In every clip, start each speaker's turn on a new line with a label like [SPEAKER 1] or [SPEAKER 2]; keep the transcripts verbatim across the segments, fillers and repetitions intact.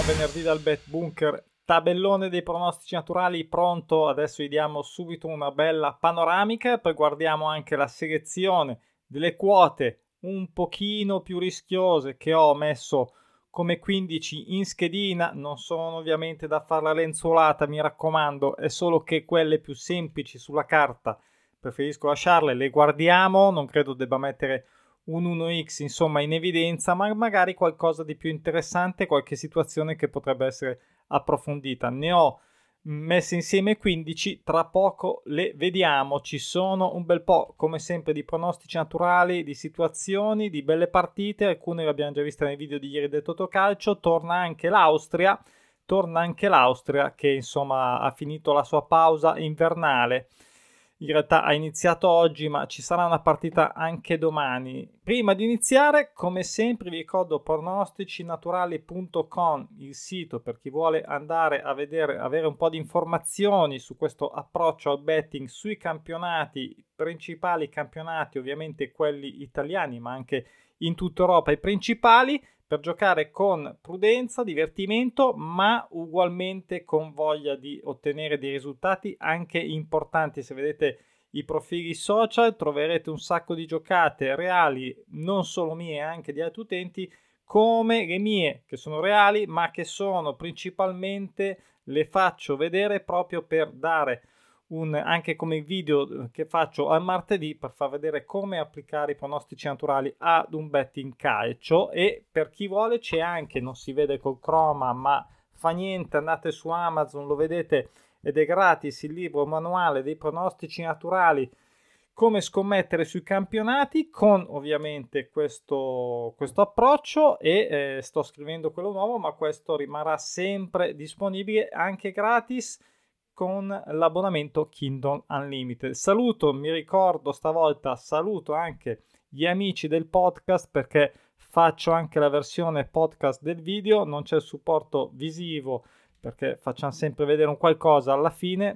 [SPEAKER 1] venerdì dal Bet Bunker, tabellone dei pronostici naturali pronto. Adesso vi diamo subito una bella panoramica, poi guardiamo anche la selezione delle quote un pochino più rischiose che ho messo come quindici in schedina. Non sono ovviamente da fare la lenzuolata, mi raccomando, è solo che quelle più semplici sulla carta preferisco lasciarle, le guardiamo, non credo debba mettere un uno x insomma in evidenza, ma magari qualcosa di più interessante, qualche situazione che potrebbe essere approfondita. Ne ho messe insieme quindici, tra poco le vediamo. Ci sono un bel po', come sempre, di pronostici naturali, di situazioni, di belle partite, alcune le abbiamo già viste nei video di ieri del Totocalcio. Torna anche l'Austria, torna anche l'Austria che insomma ha finito la sua pausa invernale. In realtà ha iniziato oggi, ma ci sarà una partita anche domani. Prima di iniziare, come sempre, vi ricordo pronosticinaturali punto com, il sito per chi vuole andare a vedere, avere un po' di informazioni su questo approccio al betting sui campionati, principali campionati, ovviamente quelli italiani, ma anche in tutta Europa i principali, per giocare con prudenza, divertimento, ma ugualmente con voglia di ottenere dei risultati anche importanti. Se vedete i profili social troverete un sacco di giocate reali, non solo mie, anche di altri utenti, come le mie, che sono reali, ma che sono principalmente, le faccio vedere proprio per dare un, anche come il video che faccio al martedì, per far vedere come applicare i pronostici naturali ad un betting calcio. E per chi vuole c'è anche, non si vede col croma, ma fa niente, andate su Amazon, lo vedete ed è gratis, il libro manuale dei pronostici naturali, come scommettere sui campionati, con ovviamente questo, questo approccio. E eh, sto scrivendo quello nuovo, ma questo rimarrà sempre disponibile anche gratis con l'abbonamento Kindle Unlimited. Saluto, mi ricordo stavolta, saluto anche gli amici del podcast, perché faccio anche la versione podcast del video, non c'è il supporto visivo perché facciamo sempre vedere un qualcosa alla fine,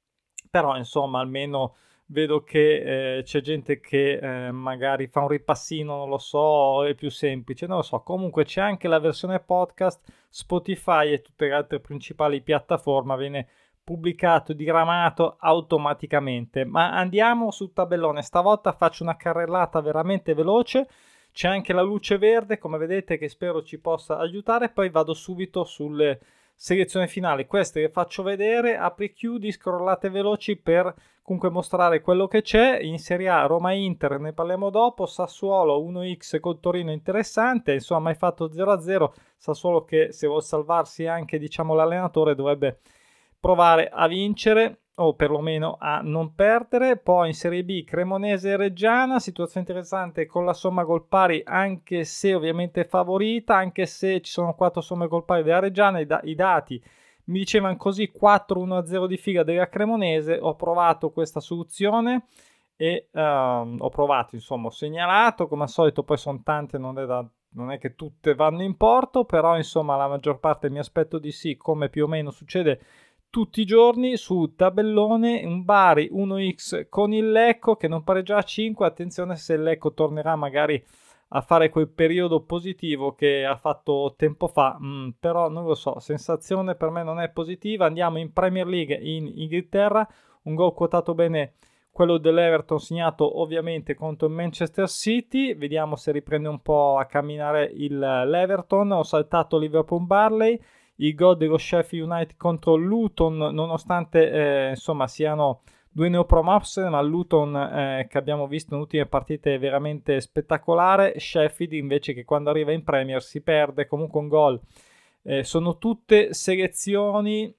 [SPEAKER 1] però insomma almeno vedo che eh, c'è gente che eh, magari fa un ripassino, non lo so, è più semplice, non lo so. Comunque c'è anche la versione podcast, Spotify e tutte le altre principali piattaforme, viene pubblicato, diramato automaticamente. Ma andiamo sul tabellone, stavolta faccio una carrellata veramente veloce. C'è anche la luce verde, come vedete, che spero ci possa aiutare. Poi vado subito sulle selezioni finali, queste che faccio vedere, apri chiudi, scrollate veloci per comunque mostrare quello che c'è. In Serie A Roma-Inter ne parliamo dopo, Sassuolo uno x col Torino interessante, insomma hai fatto zero a zero, Sassuolo che se vuol salvarsi anche diciamo l'allenatore dovrebbe provare a vincere o perlomeno a non perdere. Poi in Serie B Cremonese e Reggiana, situazione interessante con la somma gol pari, anche se ovviamente favorita, anche se ci sono quattro somme gol pari della Reggiana. I, da- i dati mi dicevano così, quattro uno a zero di figa della Cremonese. Ho provato questa soluzione e um, ho provato, insomma ho segnalato, come al solito poi sono tante, non è, da, non è che tutte vanno in porto, però insomma la maggior parte mi aspetto di sì, come più o meno succede tutti i giorni. Su tabellone un Bari uno x con il Lecco che non pareggia a cinque. Attenzione se il Lecco tornerà magari a fare quel periodo positivo che ha fatto tempo fa, mm, però non lo so, sensazione per me non è positiva. Andiamo in Premier League in Inghilterra, un gol quotato bene, quello dell'Everton, segnato ovviamente contro il Manchester City. Vediamo se riprende un po' a camminare il, l'Everton. Ho saltato Liverpool Barley, il gol dello Sheffield United contro Luton, nonostante eh, insomma siano due neopromosse, ma Luton eh, che abbiamo visto nelle ultime partite è veramente spettacolare. Sheffield invece che quando arriva in Premier si perde, comunque un gol. Eh, sono tutte selezioni,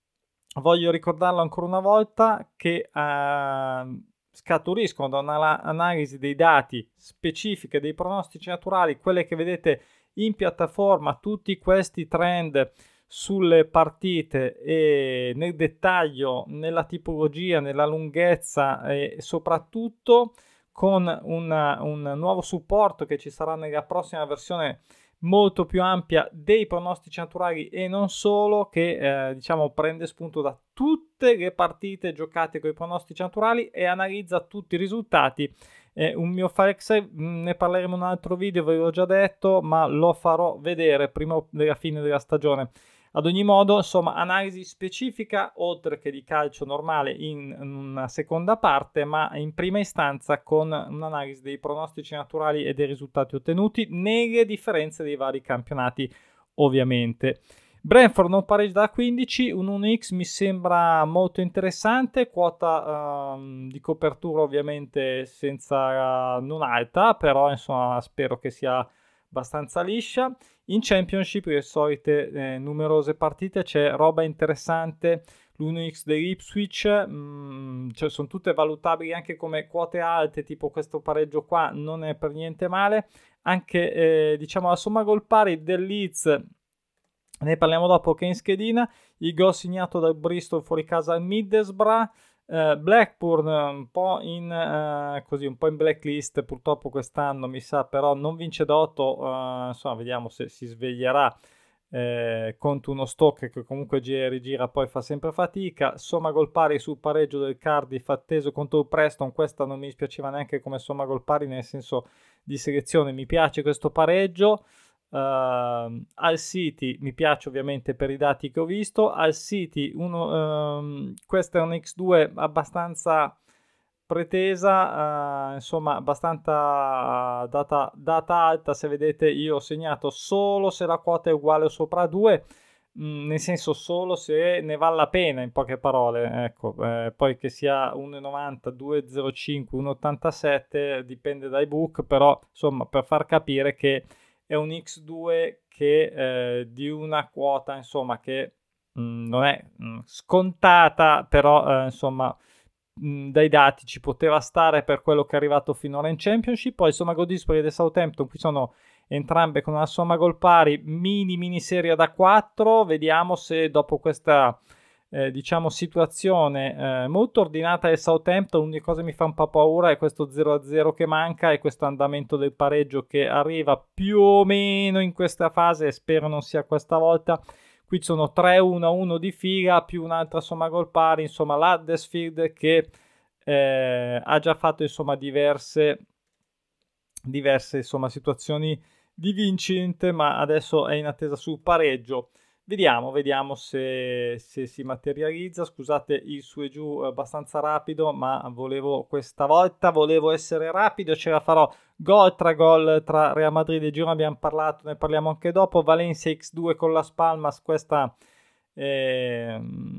[SPEAKER 1] voglio ricordarlo ancora una volta, che eh, scaturiscono da un'analisi dei dati specifiche, dei pronostici naturali, quelle che vedete in piattaforma, tutti questi trend sulle partite e nel dettaglio, nella tipologia, nella lunghezza e soprattutto con una, un nuovo supporto che ci sarà nella prossima versione molto più ampia dei pronostici naturali e non solo, che eh, diciamo prende spunto da tutte le partite giocate con i pronostici naturali e analizza tutti i risultati è un mio Firex, ne parleremo in un altro video, ve l'ho già detto, ma lo farò vedere prima della fine della stagione. Ad ogni modo, insomma, analisi specifica, oltre che di calcio normale, in una seconda parte, ma in prima istanza con un'analisi dei pronostici naturali e dei risultati ottenuti nelle differenze dei vari campionati, ovviamente. Brentford non pareggia da quindici, un uno x mi sembra molto interessante, quota uh, di copertura ovviamente senza uh, non alta, però insomma spero che sia abbastanza liscia. In Championship, le solite eh, numerose partite, c'è roba interessante, l'uno x dell'Ipswich, mh, cioè sono tutte valutabili anche come quote alte, tipo questo pareggio qua non è per niente male. Anche eh, diciamo la somma gol pari del Leeds, ne parliamo dopo, che è in schedina. Il gol segnato dal Bristol fuori casa al Middlesbrough. Uh, Blackburn un po' in uh, così un po' in blacklist purtroppo quest'anno, mi sa, però non vince da otto, uh, insomma vediamo se si sveglierà eh, contro uno Stoke che comunque gira e rigira, poi fa sempre fatica. Somma gol pari sul pareggio del Cardiff atteso contro il Preston, questa non mi dispiaceva neanche come somma gol pari nel senso di selezione, mi piace questo pareggio. Uh, al City mi piace ovviamente per i dati che ho visto. Al City uno, um, questa è un X due abbastanza pretesa, uh, insomma abbastanza uh, data, data alta. Se vedete, io ho segnato solo se la quota è uguale o sopra due, mh, nel senso solo se ne vale la pena, in poche parole, ecco. Eh, poi che sia uno virgola novanta, due virgola zero cinque, uno virgola ottantasette dipende dai book, però insomma per far capire che è un X due che eh, di una quota insomma che mh, non è mh, scontata, però eh, insomma mh, dai dati ci poteva stare per quello che è arrivato finora in Championship. Poi insomma gol dispari del Southampton, qui sono entrambe con una somma gol pari, mini mini serie da quattro. Vediamo se dopo questa Eh, diciamo situazione eh, molto ordinata del Southampton, l'unica cosa che mi fa un po' paura è questo zero a zero che manca e questo andamento del pareggio che arriva più o meno in questa fase, e spero non sia questa volta. Qui sono tre uno uno di fila più un'altra somma gol pari, insomma l'Huddersfield che eh, ha già fatto insomma diverse diverse insomma situazioni di vincente, ma adesso è in attesa sul pareggio. Vediamo, vediamo se, se si materializza. Scusate il su e giù abbastanza rapido, ma volevo questa volta volevo essere rapido, ce la farò. Gol tra gol tra Real Madrid e Girona, abbiamo parlato, ne parliamo anche dopo. Valencia X due con Las Palmas, questa eh,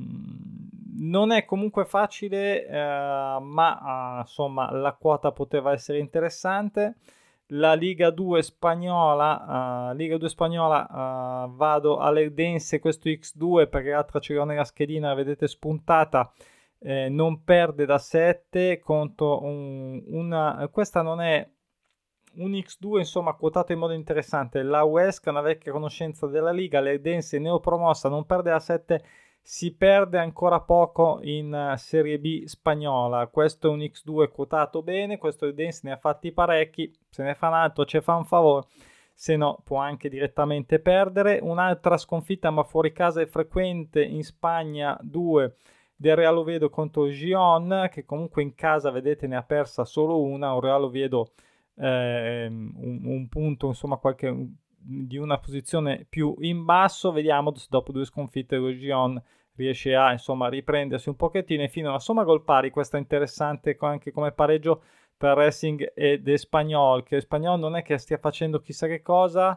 [SPEAKER 1] non è comunque facile, eh, ma eh, insomma la quota poteva essere interessante. La Liga due spagnola, uh, Liga due spagnola, uh, vado all'Erdense, questo X due perché l'altra ce l'ho nella schedina, la vedete spuntata, eh, non perde da sette contro un, una, questa non è un X due insomma quotato in modo interessante. La Huesca, una vecchia conoscenza della Liga, l'Erdense neopromossa, non perde da sette, si perde ancora poco in uh, Serie B spagnola. Questo è un X due quotato bene, questo Erdense ne ha fatti parecchi, se ne fa un altro ci fa un favore, se no può anche direttamente perdere. Un'altra sconfitta ma fuori casa è frequente in Spagna, due del Real Oviedo contro Gion, che comunque in casa vedete ne ha persa solo una. Un Real Oviedo eh, un, un punto insomma qualche un, di una posizione più in basso. Vediamo se dopo due sconfitte lo Gion riesce a insomma riprendersi un pochettino. E fino alla somma gol pari, questa è interessante anche come pareggio per Racing ed Espanyol, che Espanyol non è che stia facendo chissà che cosa,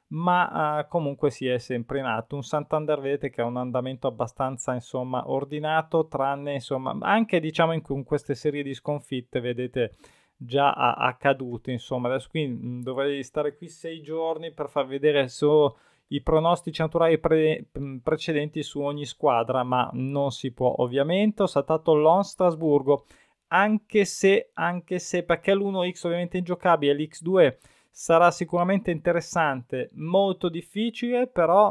[SPEAKER 1] ma uh, comunque si è sempre in atto. Un Santander vedete che ha un andamento abbastanza insomma ordinato, tranne insomma anche diciamo in, in queste serie di sconfitte vedete già accadute. Insomma adesso qui mh, dovrei stare qui sei giorni per far vedere solo i pronostici naturali pre- precedenti su ogni squadra, ma non si può ovviamente. Ho saltato l'On Strasburgo, anche se, anche se perché l'uno x ovviamente è ingiocabile, l'X due sarà sicuramente interessante, molto difficile, però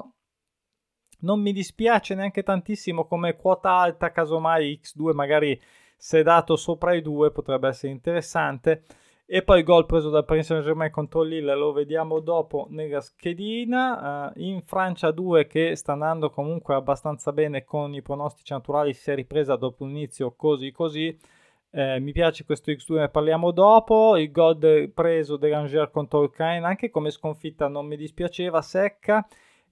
[SPEAKER 1] non mi dispiace neanche tantissimo come quota alta, casomai X due magari se dato sopra i due potrebbe essere interessante. E poi gol preso dal Paris Saint-Germain contro Lille, lo vediamo dopo nella schedina. Uh, in Francia due che sta andando comunque abbastanza bene con i pronostici naturali, si è ripresa dopo un inizio così così. Eh, mi piace questo X due, ne parliamo dopo. Il gol preso Deranger contro il Caen, anche come sconfitta non mi dispiaceva, secca.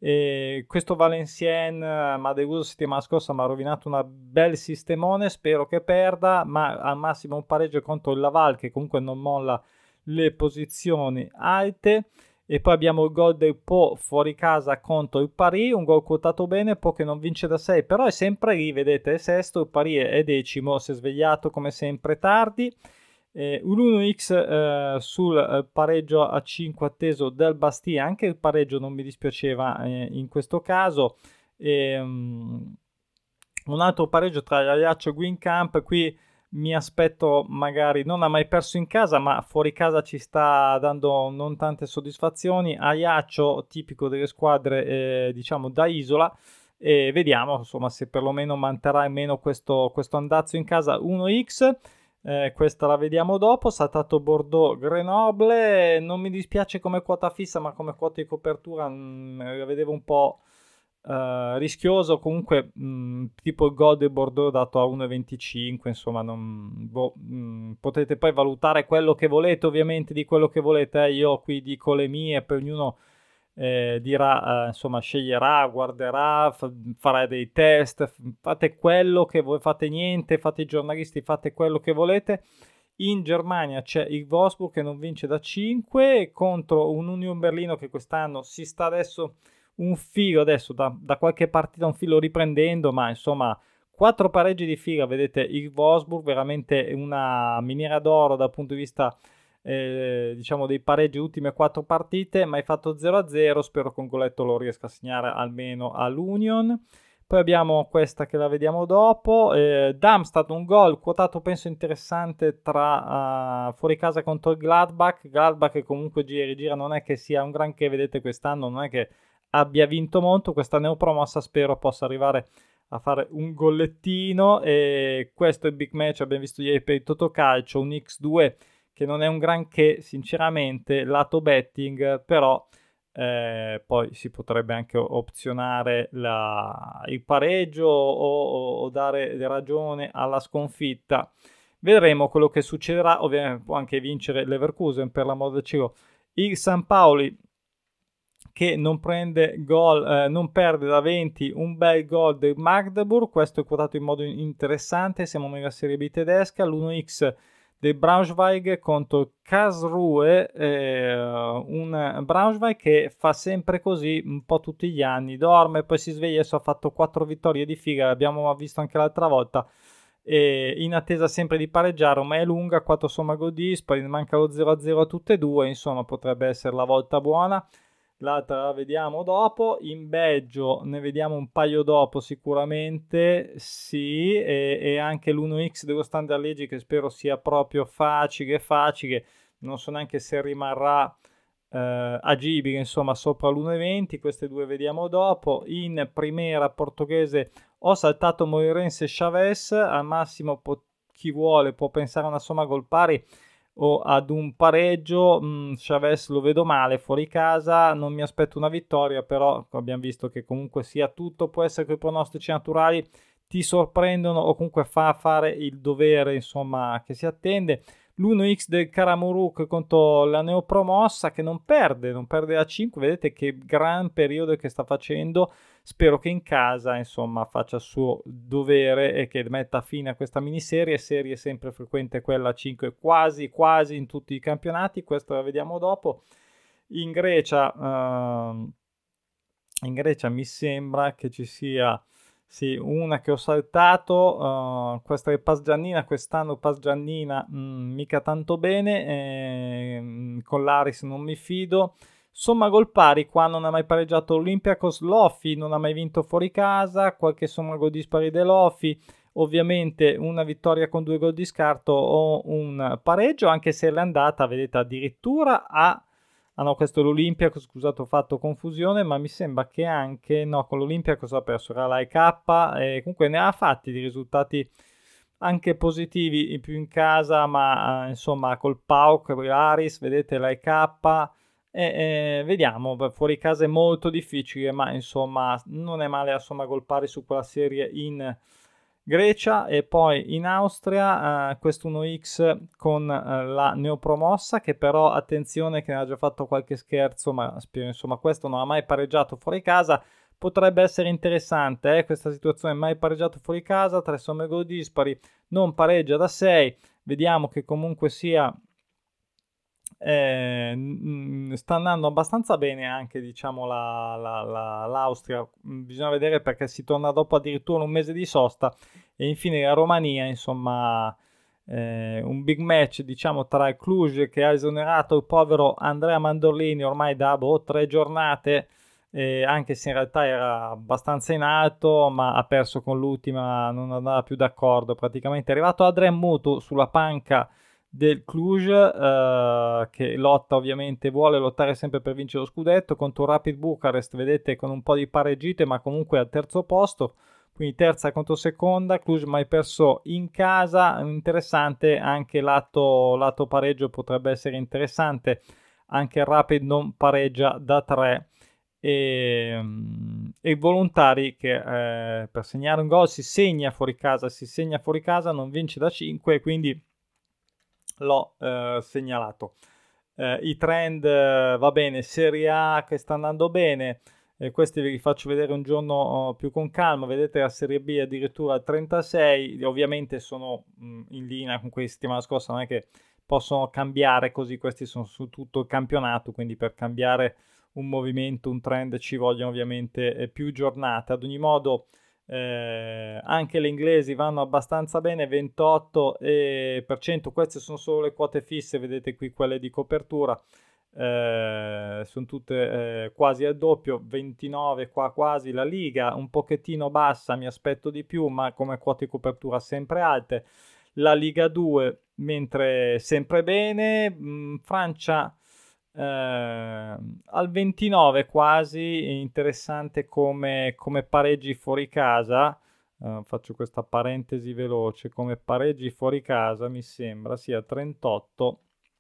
[SPEAKER 1] E questo Valenciennes mi ha deluso settimana scorsa, mi ha rovinato un bel sistemone, spero che perda, ma al massimo un pareggio contro il Laval, che comunque non molla le posizioni alte. E poi abbiamo il gol del Po fuori casa contro il Paris, un gol quotato bene, Po che non vince da sei, però è sempre lì, vedete, è sesto, il Paris è decimo, si è svegliato come sempre tardi. Eh, un uno x eh, sul eh, pareggio a cinque atteso del Bastia, anche il pareggio non mi dispiaceva eh, in questo caso. E, um, un altro pareggio tra Ajaccio e Guingamp, qui mi aspetto, magari non ha mai perso in casa, ma fuori casa ci sta dando non tante soddisfazioni. Ajaccio, tipico delle squadre eh, diciamo da isola, e vediamo insomma se perlomeno manterrà almeno questo, questo andazzo in casa. Uno x, eh, questa la vediamo dopo. Saltato Bordeaux Grenoble, non mi dispiace come quota fissa, ma come quota di copertura mh, la vedevo un po' Uh, rischioso. Comunque mh, tipo il gol del Bordeaux dato a uno e venticinque, insomma non, boh, mh, potete poi valutare quello che volete, ovviamente di quello che volete, eh. Io qui dico le mie, poi ognuno eh, dirà, eh, insomma sceglierà, guarderà, fa, farà dei test, fate quello che voi, fate niente, fate i giornalisti, fate quello che volete. In Germania c'è il Wolfsburg che non vince da cinque contro un Union Berlino che quest'anno si sta adesso un filo, adesso da, da qualche partita un filo riprendendo, ma insomma quattro pareggi di fila, vedete il Wolfsburg veramente una miniera d'oro dal punto di vista eh, diciamo dei pareggi ultime quattro partite, ma hai fatto zero a zero, spero che un goletto lo riesca a segnare almeno all'Union. Poi abbiamo questa che la vediamo dopo, eh, Darmstadt, un gol quotato penso interessante tra uh, fuori casa contro il Gladbach. Gladbach che comunque gira e rigira, non è che sia un granché, vedete quest'anno non è che abbia vinto molto, questa neopromossa spero possa arrivare a fare un gollettino. E questo è il big match, abbiamo visto ieri per il Totocalcio, un X due che non è un granché sinceramente lato betting, però eh, poi si potrebbe anche opzionare la, il pareggio o, o dare ragione alla sconfitta. Vedremo quello che succederà, ovviamente può anche vincere Leverkusen per l'amor del cielo. Il San Paoli che non prende gol, eh, non perde da venti, un bel gol del Magdeburg, questo è quotato in modo interessante, siamo nella Serie B tedesca. L'uno x del Braunschweig contro Karlsruhe, eh, un Braunschweig che fa sempre così un po' tutti gli anni, dorme poi si sveglia, adesso ha fatto quattro vittorie di fila, l'abbiamo visto anche l'altra volta, e in attesa sempre di pareggiare, ma è lunga, quattro somma gol dispari, manca lo zero a zero a tutte e due, insomma potrebbe essere la volta buona. L'altra la vediamo dopo. In Belgio ne vediamo un paio dopo sicuramente, sì, e, e anche l'uno x dello Standard Liegi che spero sia proprio facile facile, non so neanche se rimarrà eh, agibile, insomma sopra l'uno e venti. Queste due vediamo dopo. In Primera portoghese ho saltato Moreirense e Chaves, al massimo po- chi vuole può pensare a una somma gol pari o ad un pareggio. mm, Chaves lo vedo male fuori casa, non mi aspetto una vittoria, però abbiamo visto che comunque sia tutto può essere che i pronostici naturali ti sorprendono o comunque fa fare il dovere insomma che si attende. L'uno x del Karamuruk contro la neopromossa che non perde, non perde a cinque, vedete che gran periodo che sta facendo. Spero che in casa insomma faccia il suo dovere e che metta fine a questa miniserie, serie sempre frequente quella a cinque quasi quasi in tutti i campionati. Questo la vediamo dopo. In Grecia uh, in Grecia mi sembra che ci sia sì, una che ho saltato, uh, questa è Pasgiannina, quest'anno Pasgiannina mh, mica tanto bene, eh, con l'Aris non mi fido. Somma gol pari, qua non ha mai pareggiato l'Olympiacos, Loffi non ha mai vinto fuori casa, qualche somma gol dispari dell'Offi, ovviamente una vittoria con due gol di scarto o un pareggio, anche se l'è andata, vedete, addirittura a... Ah no, questo è l'Olympiacos, scusate ho fatto confusione, ma mi sembra che anche, no, con l'Olympiacos ha perso, era l'A E K, e comunque ne ha fatti di risultati anche positivi, più in casa, ma eh, insomma col P A O K, l'Aris, vedete l'A E K, e, eh, vediamo, fuori casa è molto difficile, ma insomma non è male, insomma gol pari su quella serie in, Grecia, e poi in Austria eh, questo uno X con eh, la neopromossa, che però attenzione che ne ha già fatto qualche scherzo, ma spero, insomma, questo non ha mai pareggiato fuori casa. Potrebbe essere interessante eh, questa situazione, mai pareggiato fuori casa, tre somme gol dispari, non pareggia da sei, vediamo che comunque sia eh, mh, sta andando abbastanza bene anche, diciamo, la, la, la, l'Austria. Bisogna vedere perché si torna dopo addirittura un mese di sosta. E infine la Romania, insomma, eh, un big match, diciamo, tra il Cluj, che ha esonerato il povero Andrea Mandorlini ormai da boh, tre giornate, eh, anche se in realtà era abbastanza in alto, ma ha perso con l'ultima, non andava più d'accordo. Praticamente è arrivato Adrian Mutu sulla panca del Cluj, eh, che lotta, ovviamente vuole lottare sempre per vincere lo scudetto contro Rapid Bucarest, vedete, con un po' di pareggite, ma comunque al terzo posto, quindi terza contro seconda. Cluj mai perso in casa, interessante anche lato, lato pareggio, potrebbe essere interessante, anche il Rapid non pareggia da tre. E, e i volontari che eh, per segnare un gol si segna fuori casa, si segna fuori casa, non vince da cinque, quindi l'ho eh, segnalato. Eh, I trend, eh, va bene, Serie A che sta andando bene, eh, questi vi faccio vedere un giorno oh, più con calma. Vedete la Serie B addirittura al trentasei, ovviamente sono mh, in linea con questi settimana scorsa, non è che possono cambiare così, questi sono su tutto il campionato, quindi per cambiare un movimento, un trend ci vogliono ovviamente eh, più giornate. Ad ogni modo eh, anche le inglesi vanno abbastanza bene, ventotto per cento. Queste sono solo le quote fisse, vedete qui quelle di copertura, eh, sono tutte eh, quasi al doppio, ventinove qua quasi. La Liga un pochettino bassa, mi aspetto di più, ma come quote di copertura sempre alte. La Liga due mentre sempre bene. mh, Francia eh, al ventinove quasi, interessante come, come pareggi fuori casa. Uh, faccio questa parentesi veloce, come pareggi fuori casa mi sembra sia trentotto,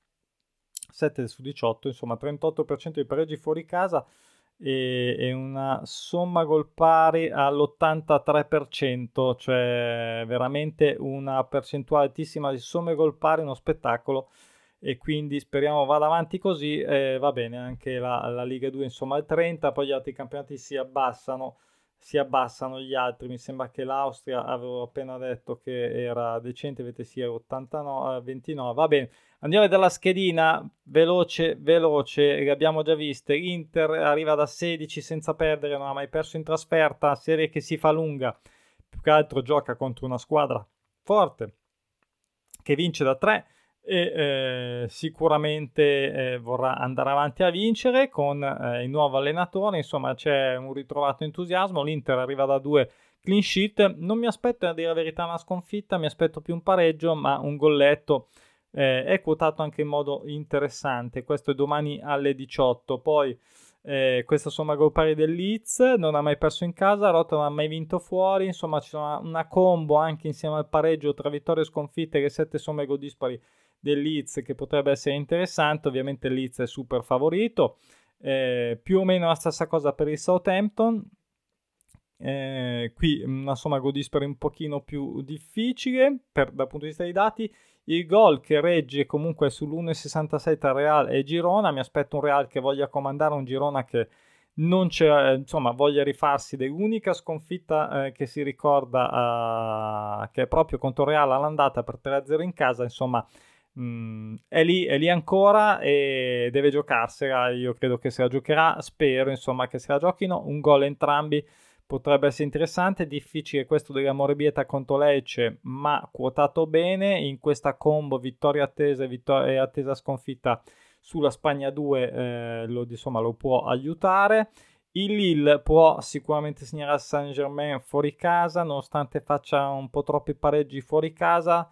[SPEAKER 1] sette su diciotto, insomma trentotto per cento di pareggi fuori casa e, e una somma gol pari all'ottantatré per cento, cioè veramente una percentuale altissima di somme gol pari, uno spettacolo. E quindi speriamo vada avanti così. Eh, va bene anche la, la Liga due, insomma al trenta, poi gli altri campionati si abbassano si abbassano gli altri. Mi sembra che l'Austria, avevo appena detto che era decente, vedete sia ottantanove, ventinove, va bene. Andiamo a vedere la schedina, veloce, veloce, le abbiamo già viste. Inter arriva da sedici senza perdere, non ha mai perso in trasferta, serie che si fa lunga, più che altro gioca contro una squadra forte, che vince da tre, e eh, sicuramente eh, vorrà andare avanti a vincere con eh, il nuovo allenatore. Insomma, c'è un ritrovato entusiasmo. L'Inter arriva da due clean sheet, non mi aspetto, a dire la verità, una sconfitta, mi aspetto più un pareggio, ma un golletto eh, è quotato anche in modo interessante. Questo è domani alle diciotto. Poi eh, questa somma gol pari del Leeds, non ha mai perso in casa, Rota non ha mai vinto fuori. Insomma, c'è una, una combo anche insieme al pareggio tra vittorie e sconfitte, che sette somme gol dispari del Leeds, che potrebbe essere interessante. Ovviamente il Leeds è super favorito, eh, più o meno la stessa cosa per il Southampton. Eh, qui una somma gol dispari un pochino più difficile per, dal punto di vista dei dati. Il gol che regge comunque sull'uno virgola sessantasei tra Real e Girona. Mi aspetto un Real che voglia comandare, un Girona che non c'è, insomma, voglia rifarsi dell'unica sconfitta eh, che si ricorda, eh, che è proprio contro Real all'andata per tre a zero in casa. Insomma, mh, è lì, è lì ancora e deve giocarsela. Io credo che se la giocherà, spero insomma che se la giochino. Un gol entrambi potrebbe essere interessante. Difficile questo della Morebieta contro Lecce, ma quotato bene in questa combo vittoria attesa e vittoria attesa sconfitta sulla Spagna due, eh, lo, insomma, lo può aiutare. Il Lille può sicuramente segnare al Saint-Germain fuori casa, nonostante faccia un po' troppi pareggi fuori casa,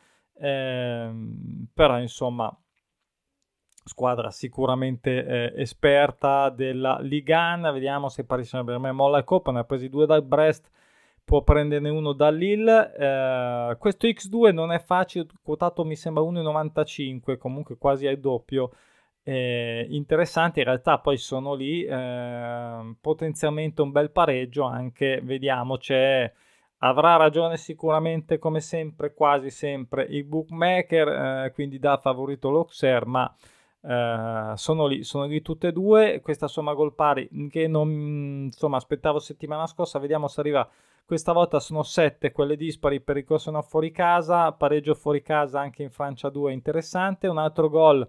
[SPEAKER 1] ehm, però insomma squadra sicuramente eh, esperta della Ligue uno. Vediamo se Paris Saint-Germain molla il Coppa, ne ha presi due dal Brest, può prenderne uno dal Lille. Eh, questo X due non è facile, quotato mi sembra uno virgola novantacinque, comunque quasi al doppio. Eh, interessante, in realtà poi sono lì, eh, potenzialmente un bel pareggio anche, vediamo, c'è Avrà ragione sicuramente, come sempre, quasi sempre, il bookmaker, eh, quindi dà favorito l'Auxerre, ma eh, sono lì, sono lì tutte e due. Questa somma gol pari che non, insomma, aspettavo settimana scorsa, vediamo se arriva questa volta. Sono sette quelle dispari per il Cosenza fuori casa, pareggio fuori casa anche in Francia due, interessante. Un altro gol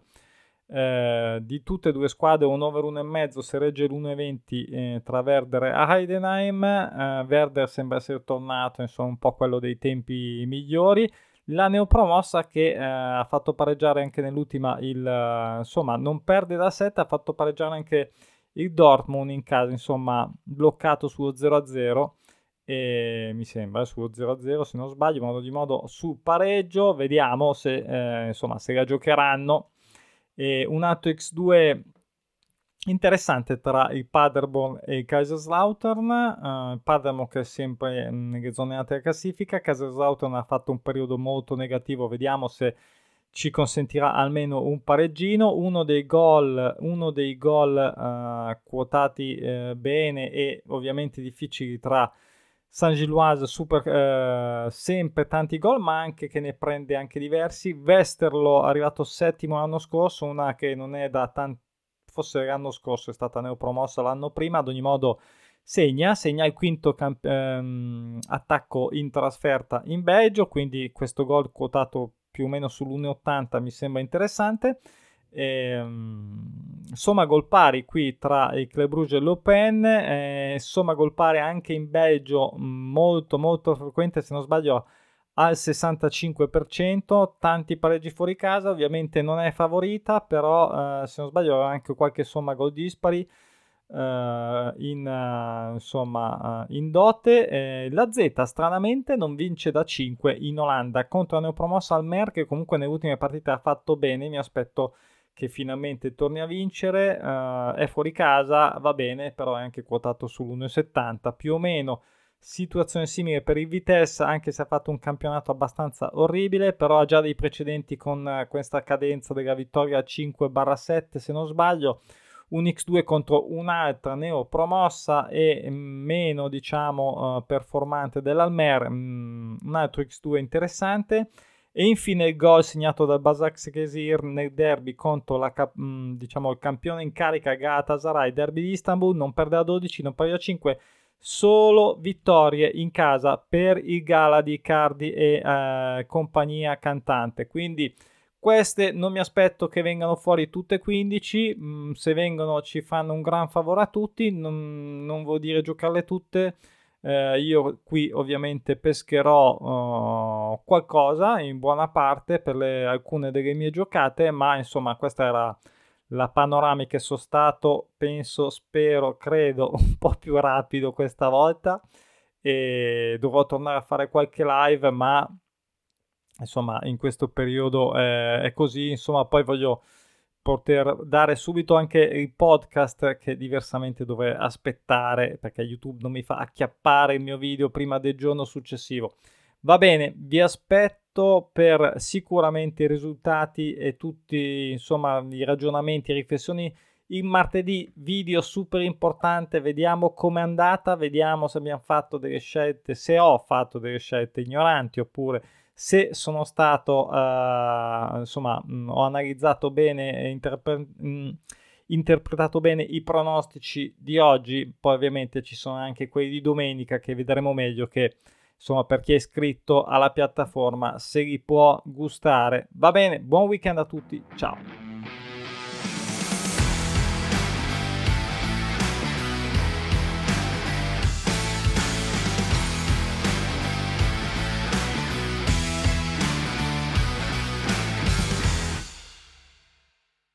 [SPEAKER 1] Eh, di tutte e due squadre, un over uno e mezzo se regge l'uno e venti eh, tra Werder e Heidenheim. eh, Werder sembra essere tornato, insomma, un po' quello dei tempi migliori. La neopromossa che eh, ha fatto pareggiare anche nell'ultima il eh, insomma, non perde da sette, ha fatto pareggiare anche il Dortmund in casa, insomma, bloccato sullo zero a zero, e mi sembra sullo zero a zero se non sbaglio, in modo di modo sul pareggio. Vediamo se eh, insomma, se la giocheranno. E un altro X due interessante tra il Paderborn e il Kaiserslautern. uh, Paderborn che è sempre nelle zone alte della classifica, Kaiserslautern ha fatto un periodo molto negativo, vediamo se ci consentirà almeno un pareggino. Uno dei gol, uno dei gol uh, quotati uh, bene e ovviamente difficili tra Saint-Gilloise, super, eh, sempre tanti gol, ma anche che ne prende anche diversi. Westerlo, arrivato settimo l'anno scorso, una che non è da tanto, forse l'anno scorso è stata neopromossa l'anno prima, ad ogni modo segna, segna il quinto camp- ehm, attacco in trasferta in Belgio, quindi questo gol quotato più o meno sull'uno virgola ottanta mi sembra interessante. E, somma gol pari qui tra il Club Brugge e l'Open, eh, somma gol pari anche in Belgio molto molto frequente, se non sbaglio al sessantacinque per cento, tanti pareggi fuori casa, ovviamente non è favorita, però eh, se non sbaglio anche qualche somma gol dispari eh, in, uh, insomma, uh, in dote. Eh, la Z stranamente non vince da cinque in Olanda contro la neopromossa Almer, che comunque nelle ultime partite ha fatto bene. Mi aspetto che finalmente torni a vincere. Uh, è fuori casa, va bene, però è anche quotato sull'uno virgola settanta più o meno. Situazione simile per il Vitesse, anche se ha fatto un campionato abbastanza orribile, però ha già dei precedenti con uh, questa cadenza della vittoria cinque a sette se non sbaglio. Un X due contro un'altra neopromossa e meno, diciamo, uh, performante dell'Almer, um, un altro X due interessante. E infine il gol segnato dal Başakşehir nel derby contro la, mh, diciamo, il campione in carica Galatasaray, derby di Istanbul, non perde a dodici, non perde a cinque, solo vittorie in casa per il Gala di Icardi e eh, compagnia cantante. Quindi queste non mi aspetto che vengano fuori tutte quindici, mm, se vengono ci fanno un gran favore a tutti, non, non vuol dire giocarle tutte. Eh, io qui ovviamente pescherò uh, qualcosa in buona parte per le, alcune delle mie giocate, ma insomma questa era la panoramica. Sono stato, penso, spero, credo un po' più rapido questa volta e dovrò tornare a fare qualche live, ma insomma in questo periodo eh, è così. Insomma, poi voglio poter dare subito anche il podcast, che diversamente dovrei aspettare perché YouTube non mi fa acchiappare il mio video prima del giorno successivo. Va bene, vi aspetto per sicuramente i risultati e tutti, insomma, i ragionamenti e riflessioni il martedì. Video super importante, vediamo com'è andata, vediamo se abbiamo fatto delle scelte, se ho fatto delle scelte ignoranti oppure se sono stato, uh, insomma, mh, ho analizzato bene e interpre- mh, interpretato bene i pronostici di oggi. Poi ovviamente ci sono anche quelli di domenica che vedremo meglio, che insomma per chi è iscritto alla piattaforma se li può gustare. Va bene, buon weekend a tutti, ciao!